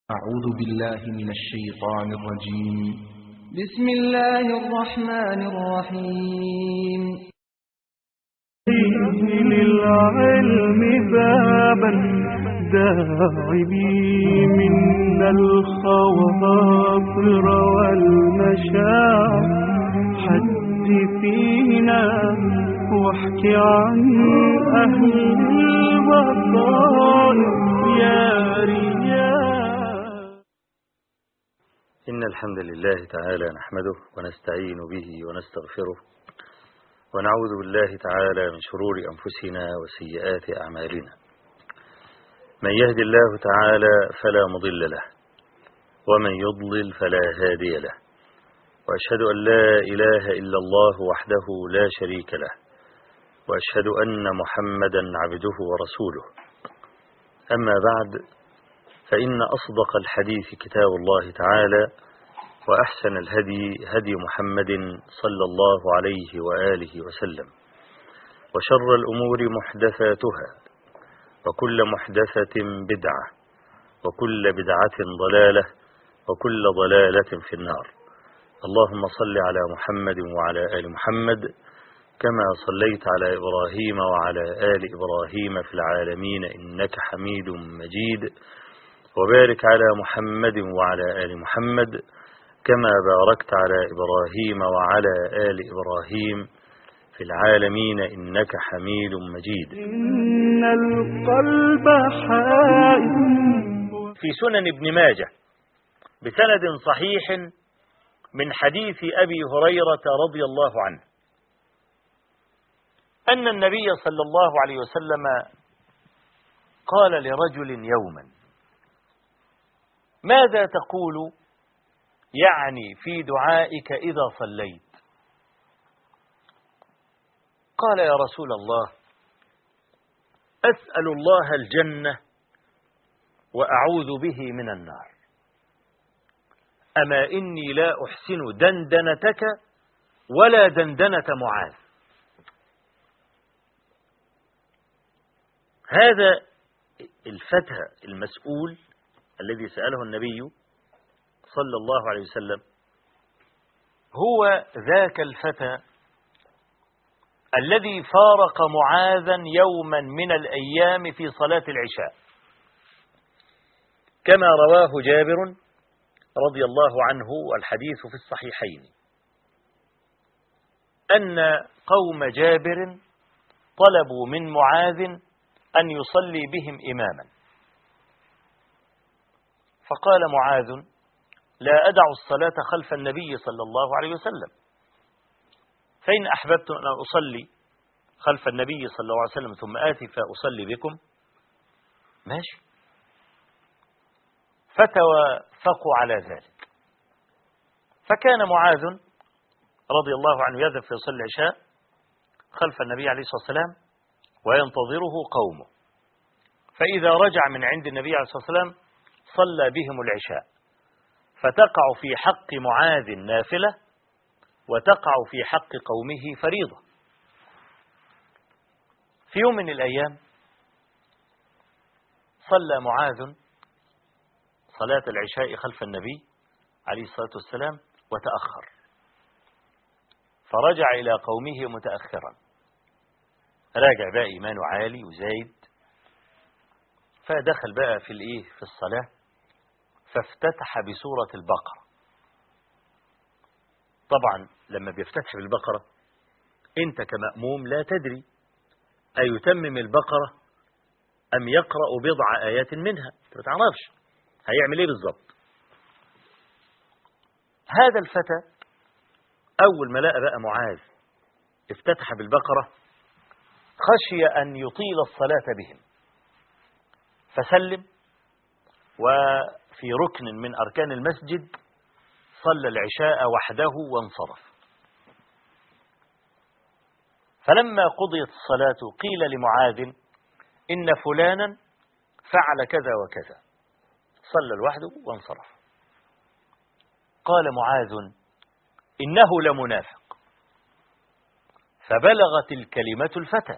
أعوذ بالله من الشيطان الرجيم. بسم الله الرحمن الرحيم. للعلم بابا داعبي من الخواطر والمشاعر، حدثينا واحكي عن أهل البصائر يا رياض. إن الحمد لله تعالى نحمده ونستعين به ونستغفره، ونعوذ بالله تعالى من شرور أنفسنا وسيئات أعمالنا. من يهد الله تعالى فلا مضل له، ومن يضلل فلا هادي له، وأشهد أن لا إله إلا الله وحده لا شريك له، وأشهد أن محمدا عبده ورسوله. أما بعد، فإن أصدق الحديث كتاب الله تعالى، وأحسن الهدي هدي محمد صلى الله عليه وآله وسلم، وشر الأمور محدثاتها، وكل محدثة بدعة، وكل بدعة ضلالة، وكل ضلالة في النار. اللهم صل على محمد وعلى آل محمد كما صليت على إبراهيم وعلى آل إبراهيم في العالمين إنك حميد مجيد، وبارك على محمد وعلى آل محمد كما باركت على إبراهيم وعلى آل إبراهيم في العالمين إنك حميد مجيد. إن القلب حائر. في سنن ابن ماجه بسند صحيح من حديث أبي هريرة رضي الله عنه أن النبي صلى الله عليه وسلم قال لرجل يوما: ماذا تقول يعني في دعائك إذا صليت؟ قال: يا رسول الله، أسأل الله الجنة وأعوذ به من النار، أما إني لا أحسن دندنتك ولا دندنة معاذ. هذا الفتى المسؤول الذي سأله النبي صلى الله عليه وسلم هو ذاك الفتى الذي فارق معاذا يوما من الأيام في صلاة العشاء، كما رواه جابر رضي الله عنه، والحديث في الصحيحين، أن قوم جابر طلبوا من معاذ أن يصلي بهم إماما، فقال معاذ: لا أدع الصلاة خلف النبي صلى الله عليه وسلم، فإن أحببت أن أصلي خلف النبي صلى الله عليه وسلم ثم آتي فأصلي بكم ماشي. فتوافقوا على ذلك، فكان معاذ رضي الله عنه يذهب في يصلي العشاء خلف النبي عليه الصلاة والسلام وينتظره قومه، فإذا رجع من عند النبي عليه الصلاة والسلام صلى بهم العشاء، فتقع في حق معاذ نافلة وتقع في حق قومه فريضة. في يوم من الأيام صلى معاذ صلاة العشاء خلف النبي عليه الصلاة والسلام وتأخر، فرجع إلى قومه متأخرا، راجع بقى إيمانه عالي وزايد، فدخل بقى في الصلاة، فافتتح بسورة البقرة. طبعا لما بيفتتح بالبقرة انت كمأموم لا تدري أيتمم البقرة أم يقرأ بضع آيات منها، انت ما تعرفش هيعمل ايه بالظبط. هذا الفتى أول ما لقى بقى معاذ افتتح بالبقرة خشي أن يطيل الصلاة بهم، فسلم، وفي ركن من أركان المسجد صلى العشاء وحده وانصرف. فلما قضيت الصلاة قيل لمعاذ: إن فلانا فعل كذا وكذا، صلى لوحده وانصرف. قال معاذ: إنه لمنافق. فبلغت الكلمة الفتى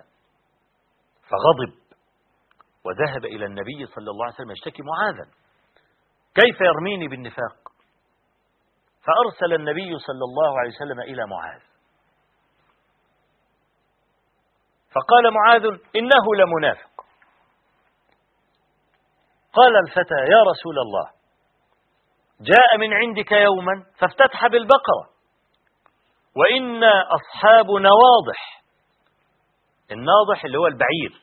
فغضب وذهب إلى النبي صلى الله عليه وسلم يشتكي معاذا. كيف يرميني بالنفاق؟ فأرسل النبي صلى الله عليه وسلم إلى معاذ، فقال معاذ: إنه لمنافق. قال الفتى: يا رسول الله، جاء من عندك يوما فافتتح بالبقرة، وإن أصحاب نواضح، الناضح اللي هو البعير،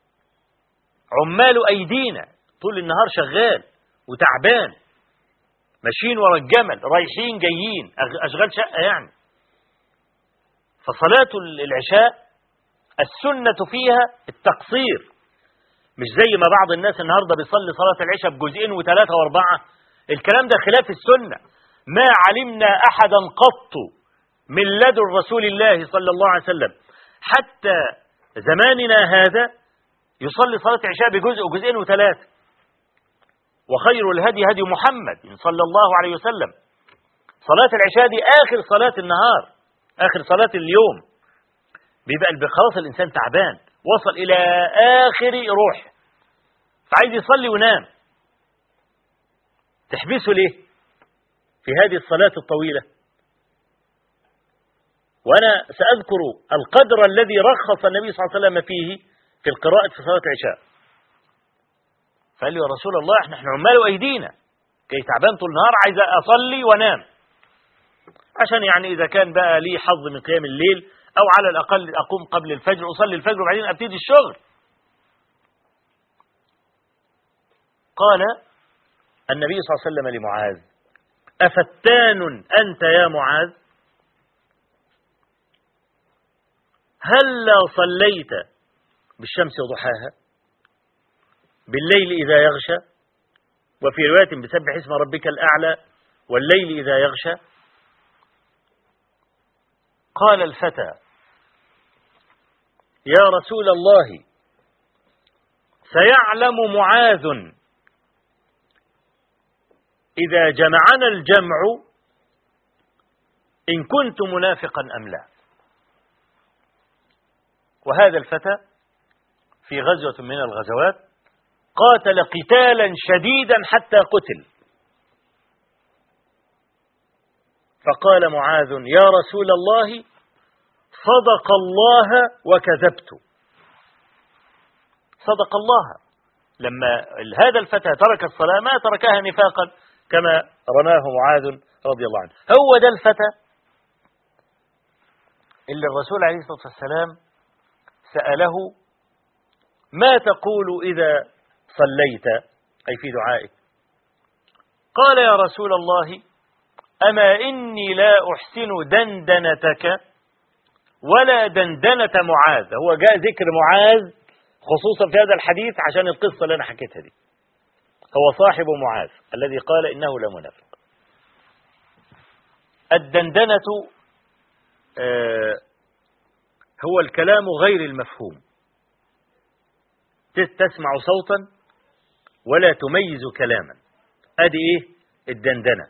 عمال أيدينا طول النهار شغال وتعبان، ماشيين ورا الجمل، رايحين جايين، أشغال شقة يعني. فصلاة العشاء السنة فيها التقصير، مش زي ما بعض الناس النهاردة بيصلي صلاة العشاء بجزئين وثلاثة واربعة. الكلام ده خلاف السنة. ما علمنا أحدا قط من لدن رسول الله صلى الله عليه وسلم حتى زماننا هذا يصلي صلاة العشاء بجزء وجزئين وثلاثة. وخير الهدي هدي محمد صلى الله عليه وسلم. صلاة العشاء دي آخر صلاة النهار، آخر صلاة اليوم، بيبقى خلاص الإنسان تعبان، وصل إلى آخر روح، فعايز يصلي ونام. تحبسه ليه في هذه الصلاة الطويلة؟ وأنا سأذكر القدر الذي رخص النبي صلى الله عليه وسلم فيه في القراءة في صلاة العشاء. فقال له: يا رسول الله، احنا عمال أيدينا، كي تعبان طول النهار، عايز أصلي وأنام، عشان يعني إذا كان بقى لي حظ من قيام الليل، أو على الأقل أقوم قبل الفجر، أصلي الفجر وبعدين أبتدي الشغل. قال النبي صلى الله عليه وسلم لمعاذ: أفتان أنت يا معاذ؟ هلا صليت بالشمس وضحاها، بالليل إذا يغشى، وفي رواية بسبح اسم ربك الأعلى، والليل إذا يغشى. قال الفتى: يا رسول الله، سيعلم معاذ إذا جمعنا الجمع إن كنت منافقا أم لا. وهذا الفتى في غزوة من الغزوات قاتل قتالا شديدا حتى قتل. فقال معاذ: يا رسول الله، صدق الله وكذبت. صدق الله. لما هذا الفتى ترك الصلاة ما تركها نفاقا كما رماه معاذ رضي الله عنه. هو ده الفتى اللي الرسول عليه الصلاة والسلام سأله: ما تقول إذا صليت، أي في دعائك؟ قال: يا رسول الله، أما إني لا أحسن دندنتك ولا دندنة معاذ. هو جاء ذكر معاذ خصوصا في هذا الحديث عشان القصة اللي أنا حكيتها دي. هو صاحب معاذ الذي قال إنه لمنافق. الدندنة هو الكلام غير المفهوم، تسمع صوتا ولا تميز كلاما، أدي إيه الدندنة.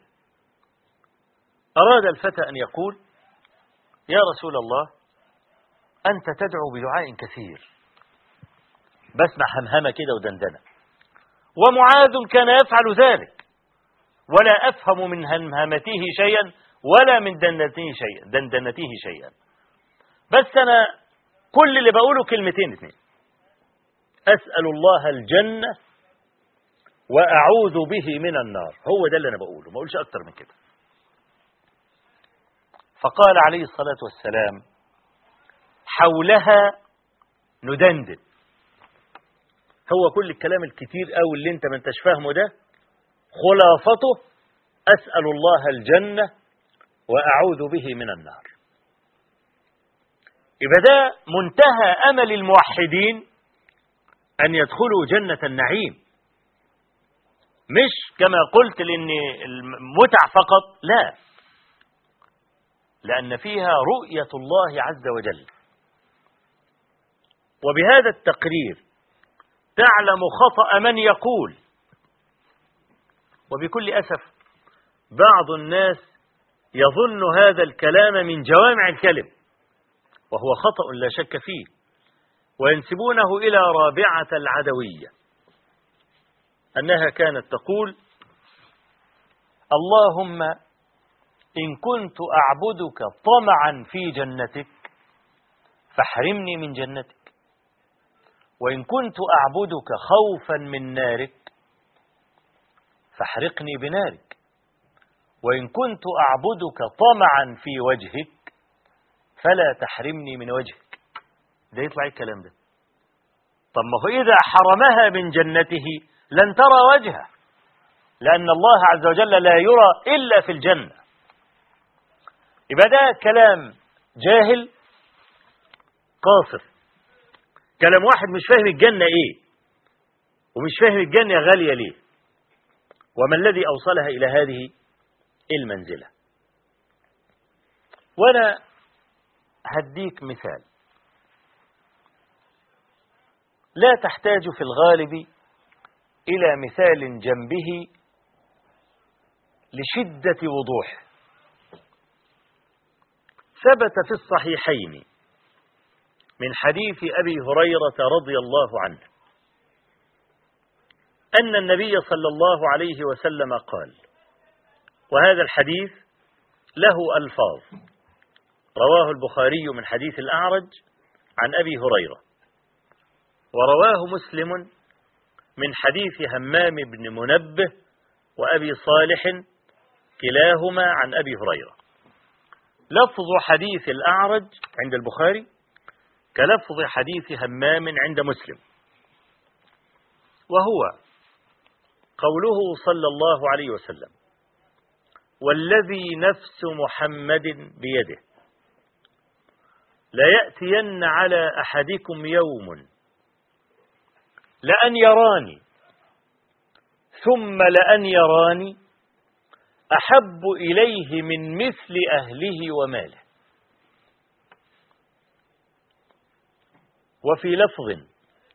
أراد الفتى أن يقول: يا رسول الله، أنت تدعو بدعاء كثير، بسمع همهمة كده ودندنة، ومعاذ كان يفعل ذلك، ولا أفهم من همهمته شيئا ولا من دندنته شيئا، بس أنا كل اللي بقوله كلمتين اثنين: أسأل الله الجنة وأعوذ به من النار. هو ده اللي أنا بقوله، ما أقولش أكتر من كده. فقال عليه الصلاة والسلام: حولها ندندن. هو كل الكلام الكتير أو اللي انت ما انتش فاهمه ده خلاصته أسأل الله الجنة وأعوذ به من النار. يبقى ده منتهى أمل الموحدين أن يدخلوا جنة النعيم، مش كما قلت لأن المتع فقط، لا، لأن فيها رؤية الله عز وجل. وبهذا التقرير تعلم خطأ من يقول، وبكل أسف بعض الناس يظن هذا الكلام من جوامع الكلم، وهو خطأ لا شك فيه، وينسبونه إلى رابعة العدوية، أنها كانت تقول: اللهم إن كنت أعبدك طمعا في جنتك فاحرمني من جنتك، وإن كنت أعبدك خوفا من نارك فاحرقني بنارك، وإن كنت أعبدك طمعا في وجهك فلا تحرمني من وجهك. ده يطلع الكلام ده. طب ما هو إذا حرمها من جنته لن ترى وجهه، لأن الله عز وجل لا يرى إلا في الجنة. يبقى ده كلام جاهل قاصر، كلام واحد مش فاهم الجنة إيه، ومش فاهم الجنة غالية ليه، وما الذي أوصلها إلى هذه المنزلة. وأنا هديك مثال لا تحتاج في الغالب إلى مثال جنبه لشدة وضوحه. ثبت في الصحيحين من حديث أبي هريرة رضي الله عنه أن النبي صلى الله عليه وسلم قال، وهذا الحديث له ألفاظ، رواه البخاري من حديث الأعرج عن أبي هريرة، ورواه مسلم من حديث همام بن منبه وأبي صالح كلاهما عن أبي هريرة. لفظ حديث الأعرج عند البخاري كلفظ حديث همام عند مسلم، وهو قوله صلى الله عليه وسلم: والذي نفس محمد بيده ليأتين على أحدكم يوم لأن يراني ثم لأن يراني أحب إليه من مثل أهله وماله. وفي لفظ: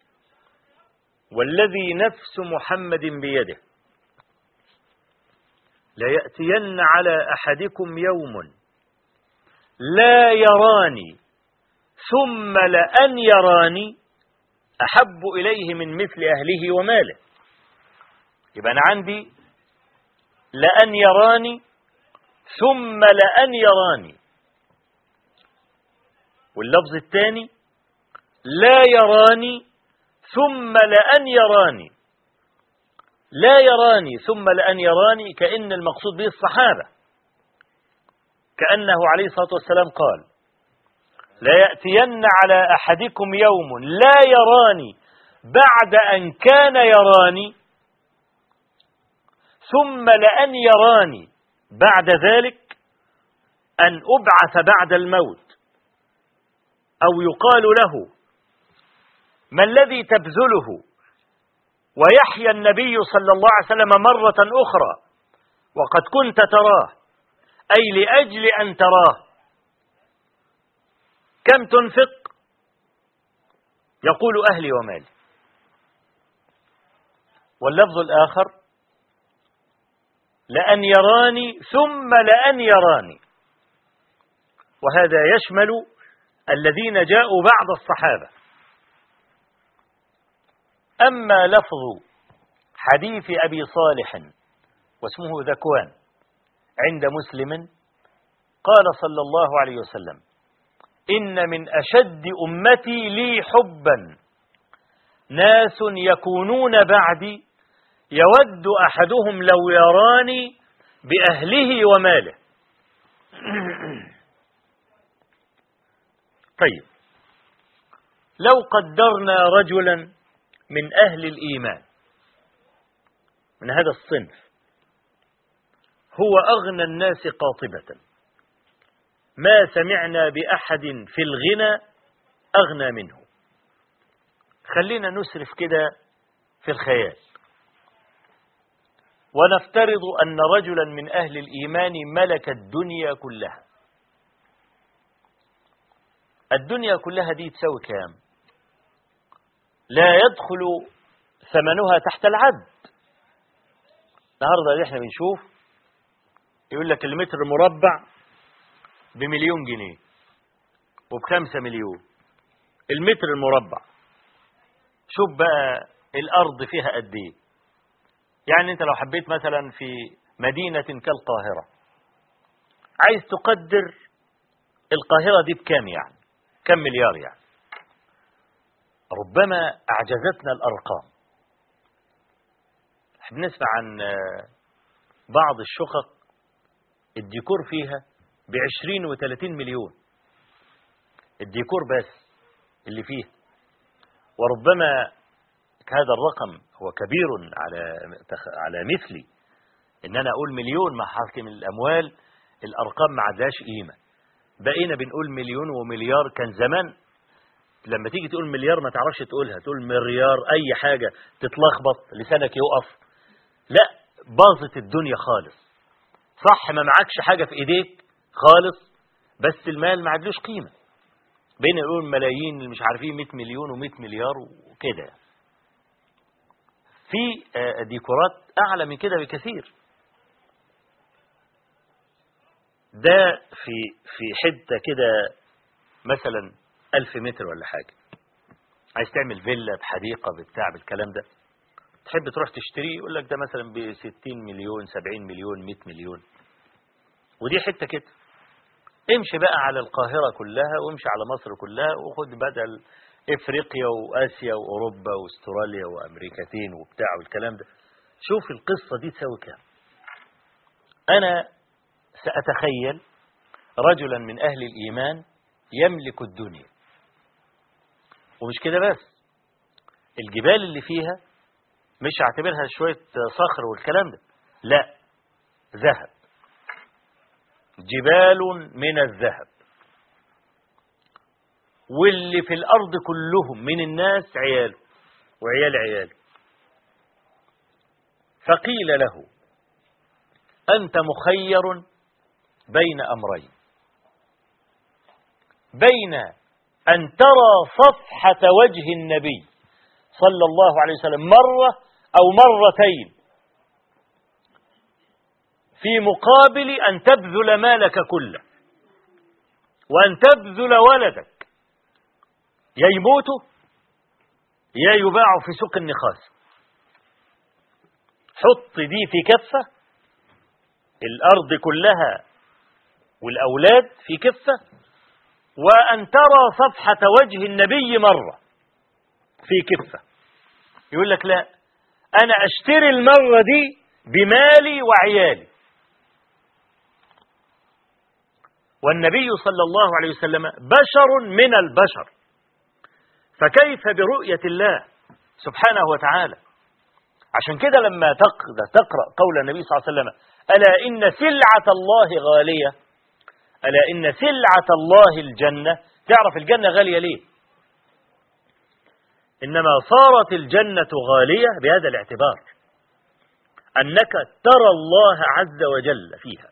والذي نفس محمد بيده ليأتين على أحدكم يوم لا يراني ثم لأن يراني أحب إليه من مثل أهله وماله. يبقى أنا عندي لأن يراني ثم لأن يراني، واللفظ الثاني لا يراني ثم لأن يراني. لا يراني ثم لأن يراني كأن المقصود به الصحابة، كأنه عليه الصلاة والسلام قال: لا يأتين على أحدكم يوم لا يراني بعد أن كان يراني ثم لأن يراني بعد ذلك أن أبعث بعد الموت، أو يقال له: ما الذي تبذله ويحيى النبي صلى الله عليه وسلم مرة أخرى وقد كنت تراه، أي لأجل أن تراه كم تنفق؟ يقول: أهلي ومالي. واللفظ الآخر: لأن يراني ثم لأن يراني، وهذا يشمل الذين جاءوا بعد الصحابة. أما لفظ حديث أبي صالح واسمه ذكوان عند مسلم قال صلى الله عليه وسلم: إن من أشد أمتي لي حبا ناس يكونون بعدي يود أحدهم لو يراني بأهله وماله. طيب، لو قدرنا رجلا من أهل الإيمان من هذا الصنف هو أغنى الناس قاطبة، ما سمعنا بأحد في الغنى أغنى منه. خلينا نسرف كده في الخيال ونفترض أن رجلا من أهل الإيمان ملك الدنيا كلها. الدنيا كلها دي تساوي كام؟ لا يدخل ثمنها تحت العد. النهارده اللي احنا بنشوف يقول لك المتر مربع ب1,000,000 جنيه وب5 مليون المتر المربع. شوف بقى الأرض فيها قد ايه. يعني انت لو حبيت مثلا في مدينة كالقاهرة، عايز تقدر القاهرة دي بكام يعني، كم مليار يعني. ربما أعجزتنا الأرقام. بنسمع عن بعض الشقق الديكور فيها ب20 و30 مليون، الديكور بس اللي فيه. وربما هذا الرقم هو كبير على مثلي، إن أنا أقول مليون مع حاكم الأموال، الأرقام ما عادلاش قيمة. بقينا بنقول مليون ومليار. كان زمان لما تيجي تقول مليار ما تعرفش تقولها، تقول مليار أي حاجة تتلخبط، لسانك يقف. لا، باظت الدنيا خالص. صح، ما معكش حاجة في إيديك خالص، بس المال ما عادلوش قيمة. بقينا نقول ملايين، مش عارفين 100 مليون و100 مليار وكده. في ديكورات أعلى من كده بكثير. ده في حتة كده مثلا 1000 متر ولا حاجة، عايز تعمل فيلا بحديقة بتاع بالكلام ده، تحب تروح تشتري، يقول لك ده مثلا ب60 مليون 70 مليون 100 مليون. ودي حتة كده. امشي بقى على القاهرة كلها، وامشي على مصر كلها، وخد بدل افريقيا واسيا واوروبا واستراليا وامريكتين وبتاع والكلام ده، شوف القصة دي تساوي كام. انا سأتخيل رجلا من اهل الايمان يملك الدنيا، ومش كده بس، الجبال اللي فيها مش اعتبرها شوية صخر والكلام ده، لا، ذهب، جبال من الذهب. واللي في الأرض كلهم من الناس عيال وعيال عيال. فقيل له: أنت مخير بين أمرين، بين أن ترى صفحة وجه النبي صلى الله عليه وسلم مرة أو مرتين، في مقابل أن تبذل مالك كله، وأن تبذل ولدك، يا يموتوا يا يباعوا في سوق النخاس. حط دي في كفة، الأرض كلها والأولاد في كفة، وأن ترى صفحة وجه النبي مرة في كفة. يقول لك لا، أنا أشتري المرة دي بمالي وعيالي. والنبي صلى الله عليه وسلم بشر من البشر، فكيف برؤية الله سبحانه وتعالى؟ عشان كده لما تقرأ قول النبي صلى الله عليه وسلم: ألا إن سلعة الله غالية، ألا إن سلعة الله الجنة. تعرف الجنة غالية ليه؟ إنما صارت الجنة غالية بهذا الاعتبار، أنك ترى الله عز وجل فيها.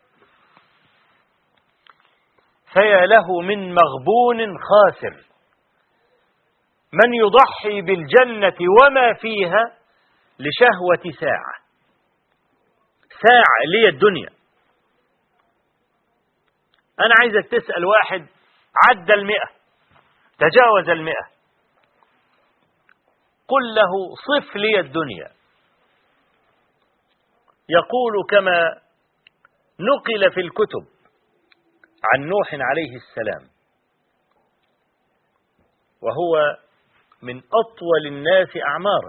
فيا له من مغبون خاسر من يضحي بالجنة وما فيها لشهوة ساعة لي الدنيا. أنا عايزك تسأل واحد عدى 100، تجاوز 100، قل له صف لي الدنيا، يقول كما نقل في الكتب عن نوح عليه السلام، وهو من أطول الناس أعمارا،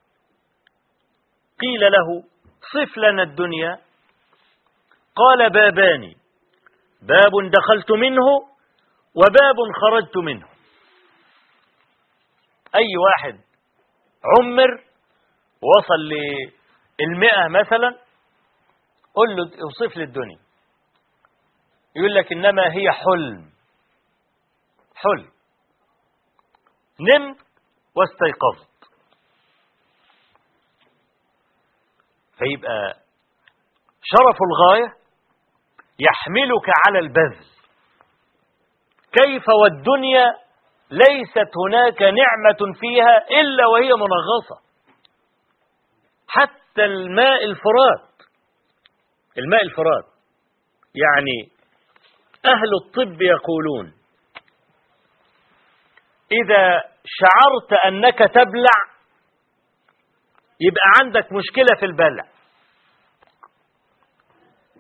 قيل له: صف لنا الدنيا. قال: بابان، باب دخلت منه وباب خرجت منه. أي واحد عمر وصل ل100 مثلا، قل له اوصف لي الدنيا، يقول لك: إنما هي حلم، نمت واستيقظت. فيبقى شرف الغاية يحملك على البذل. كيف والدنيا ليست هناك نعمة فيها إلا وهي منغصة. حتى الماء الفرات، يعني أهل الطب يقولون: إذا شعرت أنك تبلع يبقى عندك مشكلة في البلع.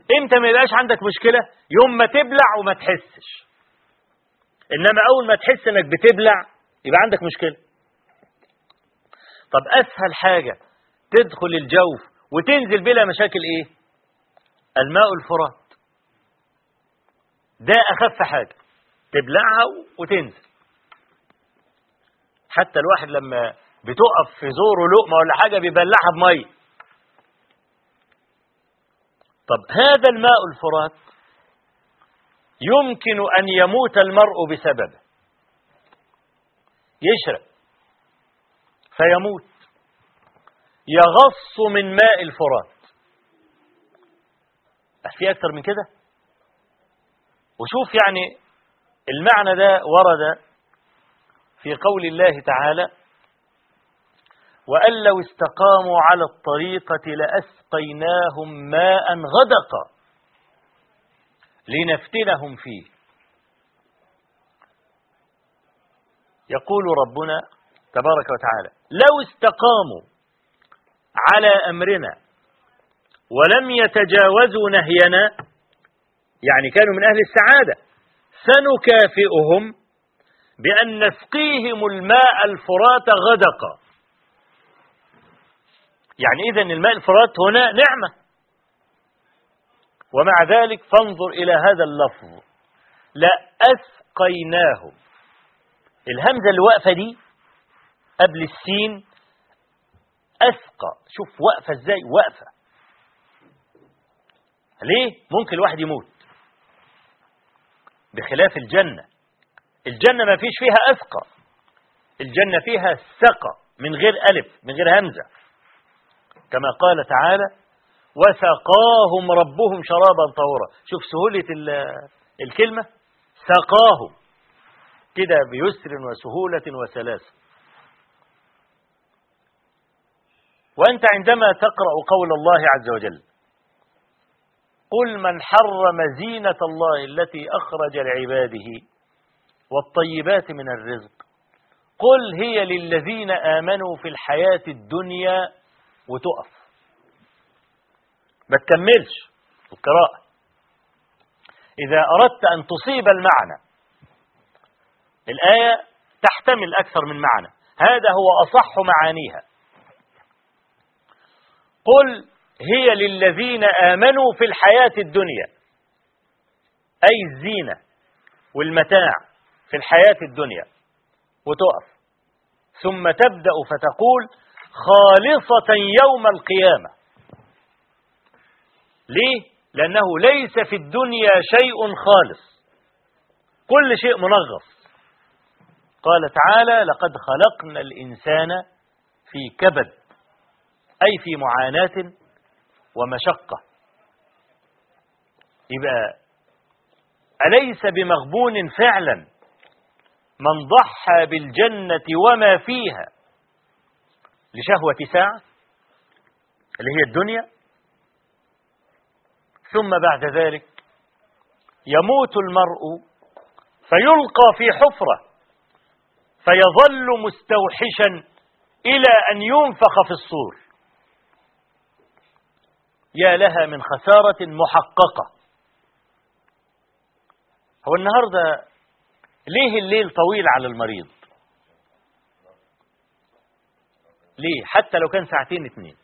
امتى ما يبقاش عندك مشكلة؟ يوم ما تبلع وما تحسش. انما اول ما تحس انك بتبلع يبقى عندك مشكلة. طب اسهل حاجة تدخل الجوف وتنزل بلا مشاكل ايه؟ الماء الفرات. ده اخف حاجة تبلعها وتنزل. حتى الواحد لما بتقف في زوره لقمة ولا حاجة بيبلعها بمية. طب هذا الماء الفرات يمكن أن يموت المرء بسببه. يشرب فيموت، يغص من ماء الفرات. في أكثر من كده؟ وشوف يعني المعنى ده ورد في قول الله تعالى: وأن لو استقاموا على الطريقة لأسقيناهم ماء غدقا لنفتنهم فيه. يقول ربنا تبارك وتعالى: لو استقاموا على أمرنا ولم يتجاوزوا نهينا، يعني كانوا من أهل السعادة، سنكافئهم بأن نسقيهم الماء الفرات غدقا. يعني إذن الماء الفرات هنا نعمة. ومع ذلك فانظر إلى هذا اللفظ: لأسقيناهم. الهمزة اللي واقفة دي قبل السين أسقى. شوف واقفة ازاي، واقفة. ليه؟ ممكن الواحد يموت، بخلاف الجنة. الجنة ما فيش فيها أسقى، الجنة فيها سقى من غير ألف، من غير همزة، كما قال تعالى: وسقاهم ربهم شرابا طهورا. شوف سهولة الكلمة، سقاهم كده بيسر وسهولة وسلاسة. وأنت عندما تقرأ قول الله عز وجل: قل من حرم زينة الله التي أخرج لعباده والطيبات من الرزق قل هي للذين آمنوا في الحياة الدنيا، وتقف ما تكملش القراءة. إذا أردت أن تصيب المعنى، الآية تحتمل أكثر من معنى، هذا هو أصح معانيها. قل هي للذين آمنوا في الحياة الدنيا، أي الزينة والمتاع في الحياة الدنيا، وتقف. ثم تبدأ فتقول: خالصة يوم القيامة. ليه؟ لأنه ليس في الدنيا شيء خالص، كل شيء منغص. قال تعالى: لقد خلقنا الإنسان في كبد، أي في معاناة ومشقة. يبقى أليس بمغبون فعلا من ضحى بالجنة وما فيها لشهوة ساعة اللي هي الدنيا، ثم بعد ذلك يموت المرء فيلقى في حفرة فيظل مستوحشا إلى أن ينفخ في الصور. يا لها من خسارة محققة. هو النهاردة ليه الليل طويل على المريض؟ ليه؟ حتى لو كان ساعتين 2.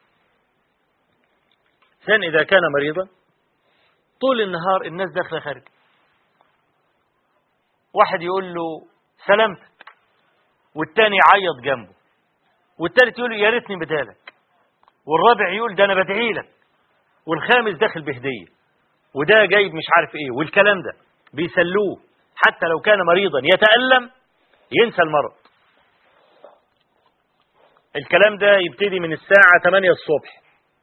ثاني إذا كان مريضا طول النهار الناس داخلة خارج، واحد يقول له سلامتك، والتاني يعيط جنبه، والتالت يقول له يا ريتني بدالك، والرابع يقول ده أنا بدعي لك، والخامس داخل بهدية، وده جايب مش عارف ايه، والكلام ده بيسلوه. حتى لو كان مريضا يتألم ينسى المرض. الكلام ده يبتدي من الساعة 8 الصبح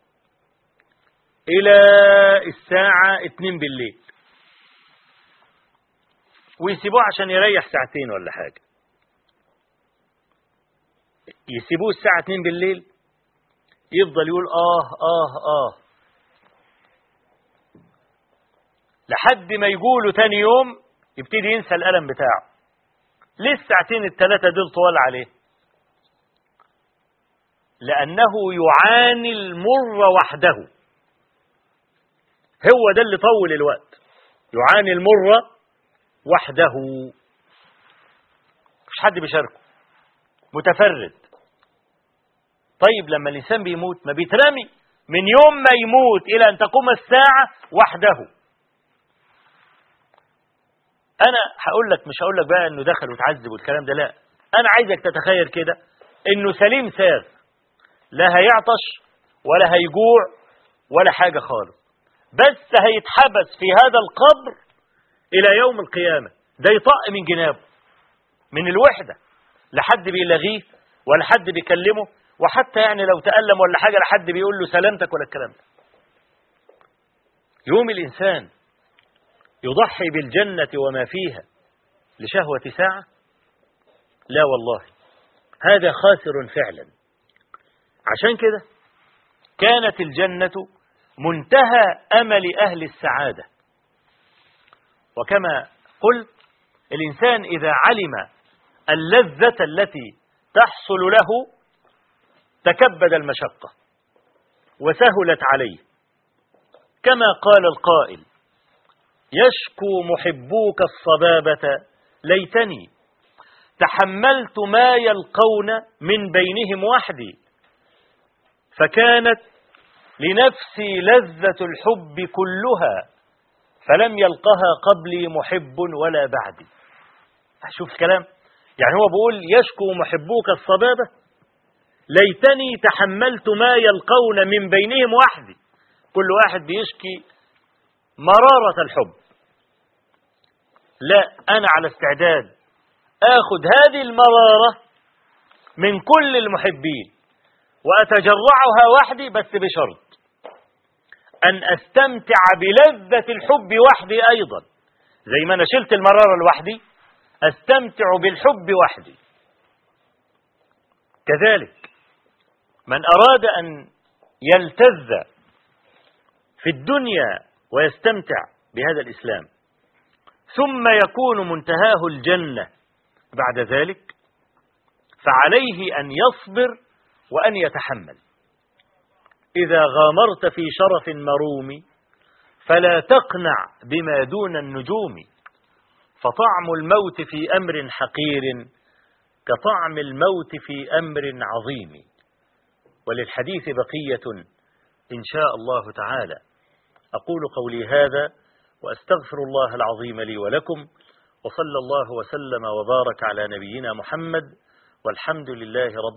إلى الساعة 2 بالليل، ويسيبوه عشان يريح ساعتين ولا حاجة. يسيبوه الساعة 2 بالليل يفضل يقول لحد ما يقوله تاني يوم يبتدي ينسى الألم بتاعه. ليه الساعتين 3 دول طوال عليه؟ لأنه يعاني المر وحده. هو ده اللي طول الوقت، يعاني المرة وحده، مش حد بيشاركه، متفرد. طيب لما الإنسان بيموت ما بيترمي من يوم ما يموت إلى أن تقوم الساعة وحده. أنا هقول لك، مش هقول لك بقى إنه دخل وتعذب والكلام ده، لا، أنا عايزك تتخيل كده إنه سليم ساغ، لا هيعطش ولا هيجوع ولا حاجة خالص، بس هيتحبس في هذا القبر إلى يوم القيامة. ده يطق من جنابه من الوحدة، لا حد بيلغيه ولا حد بيكلمه، وحتى يعني لو تألم ولا حاجة لا حد بيقول له سلامتك ولا الكلام ده. يوم الإنسان يضحي بالجنة وما فيها لشهوة ساعة؟ لا والله، هذا خاسر فعلا. عشان كده كانت الجنة منتهى أمل أهل السعادة. وكما قلت، الإنسان إذا علم اللذة التي تحصل له تكبد المشقة وسهلت عليه. كما قال القائل: يشكو محبوك الصبابة ليتني تحملت ما يلقون من بينهم وحدي، فكانت لنفسي لذة الحب كلها، فلم يلقها قبلي محب ولا بعدي. شوف الكلام، يعني هو بيقول يشكو محبوك الصبابة ليتني تحملت ما يلقون من بينهم وحدي. كل واحد بيشكي مرارة الحب، لا، أنا على استعداد آخذ هذه المرارة من كل المحبين وأتجرعها وحدي، بس بشرط أن أستمتع بلذة الحب وحدي أيضا. زي ما أنا شلت المرارة لوحدي، أستمتع بالحب وحدي. كذلك من أراد أن يلتذ في الدنيا ويستمتع بهذا الإسلام ثم يكون منتهاه الجنة بعد ذلك، فعليه أن يصبر وأن يتحمل. إذا غامرت في شرف مروم فلا تقنع بما دون النجوم، فطعم الموت في أمر حقير كطعم الموت في أمر عظيم. وللحديث بقية إن شاء الله تعالى. أقول قولي هذا وأستغفر الله العظيم لي ولكم، وصلى الله وسلم وبارك على نبينا محمد، والحمد لله رب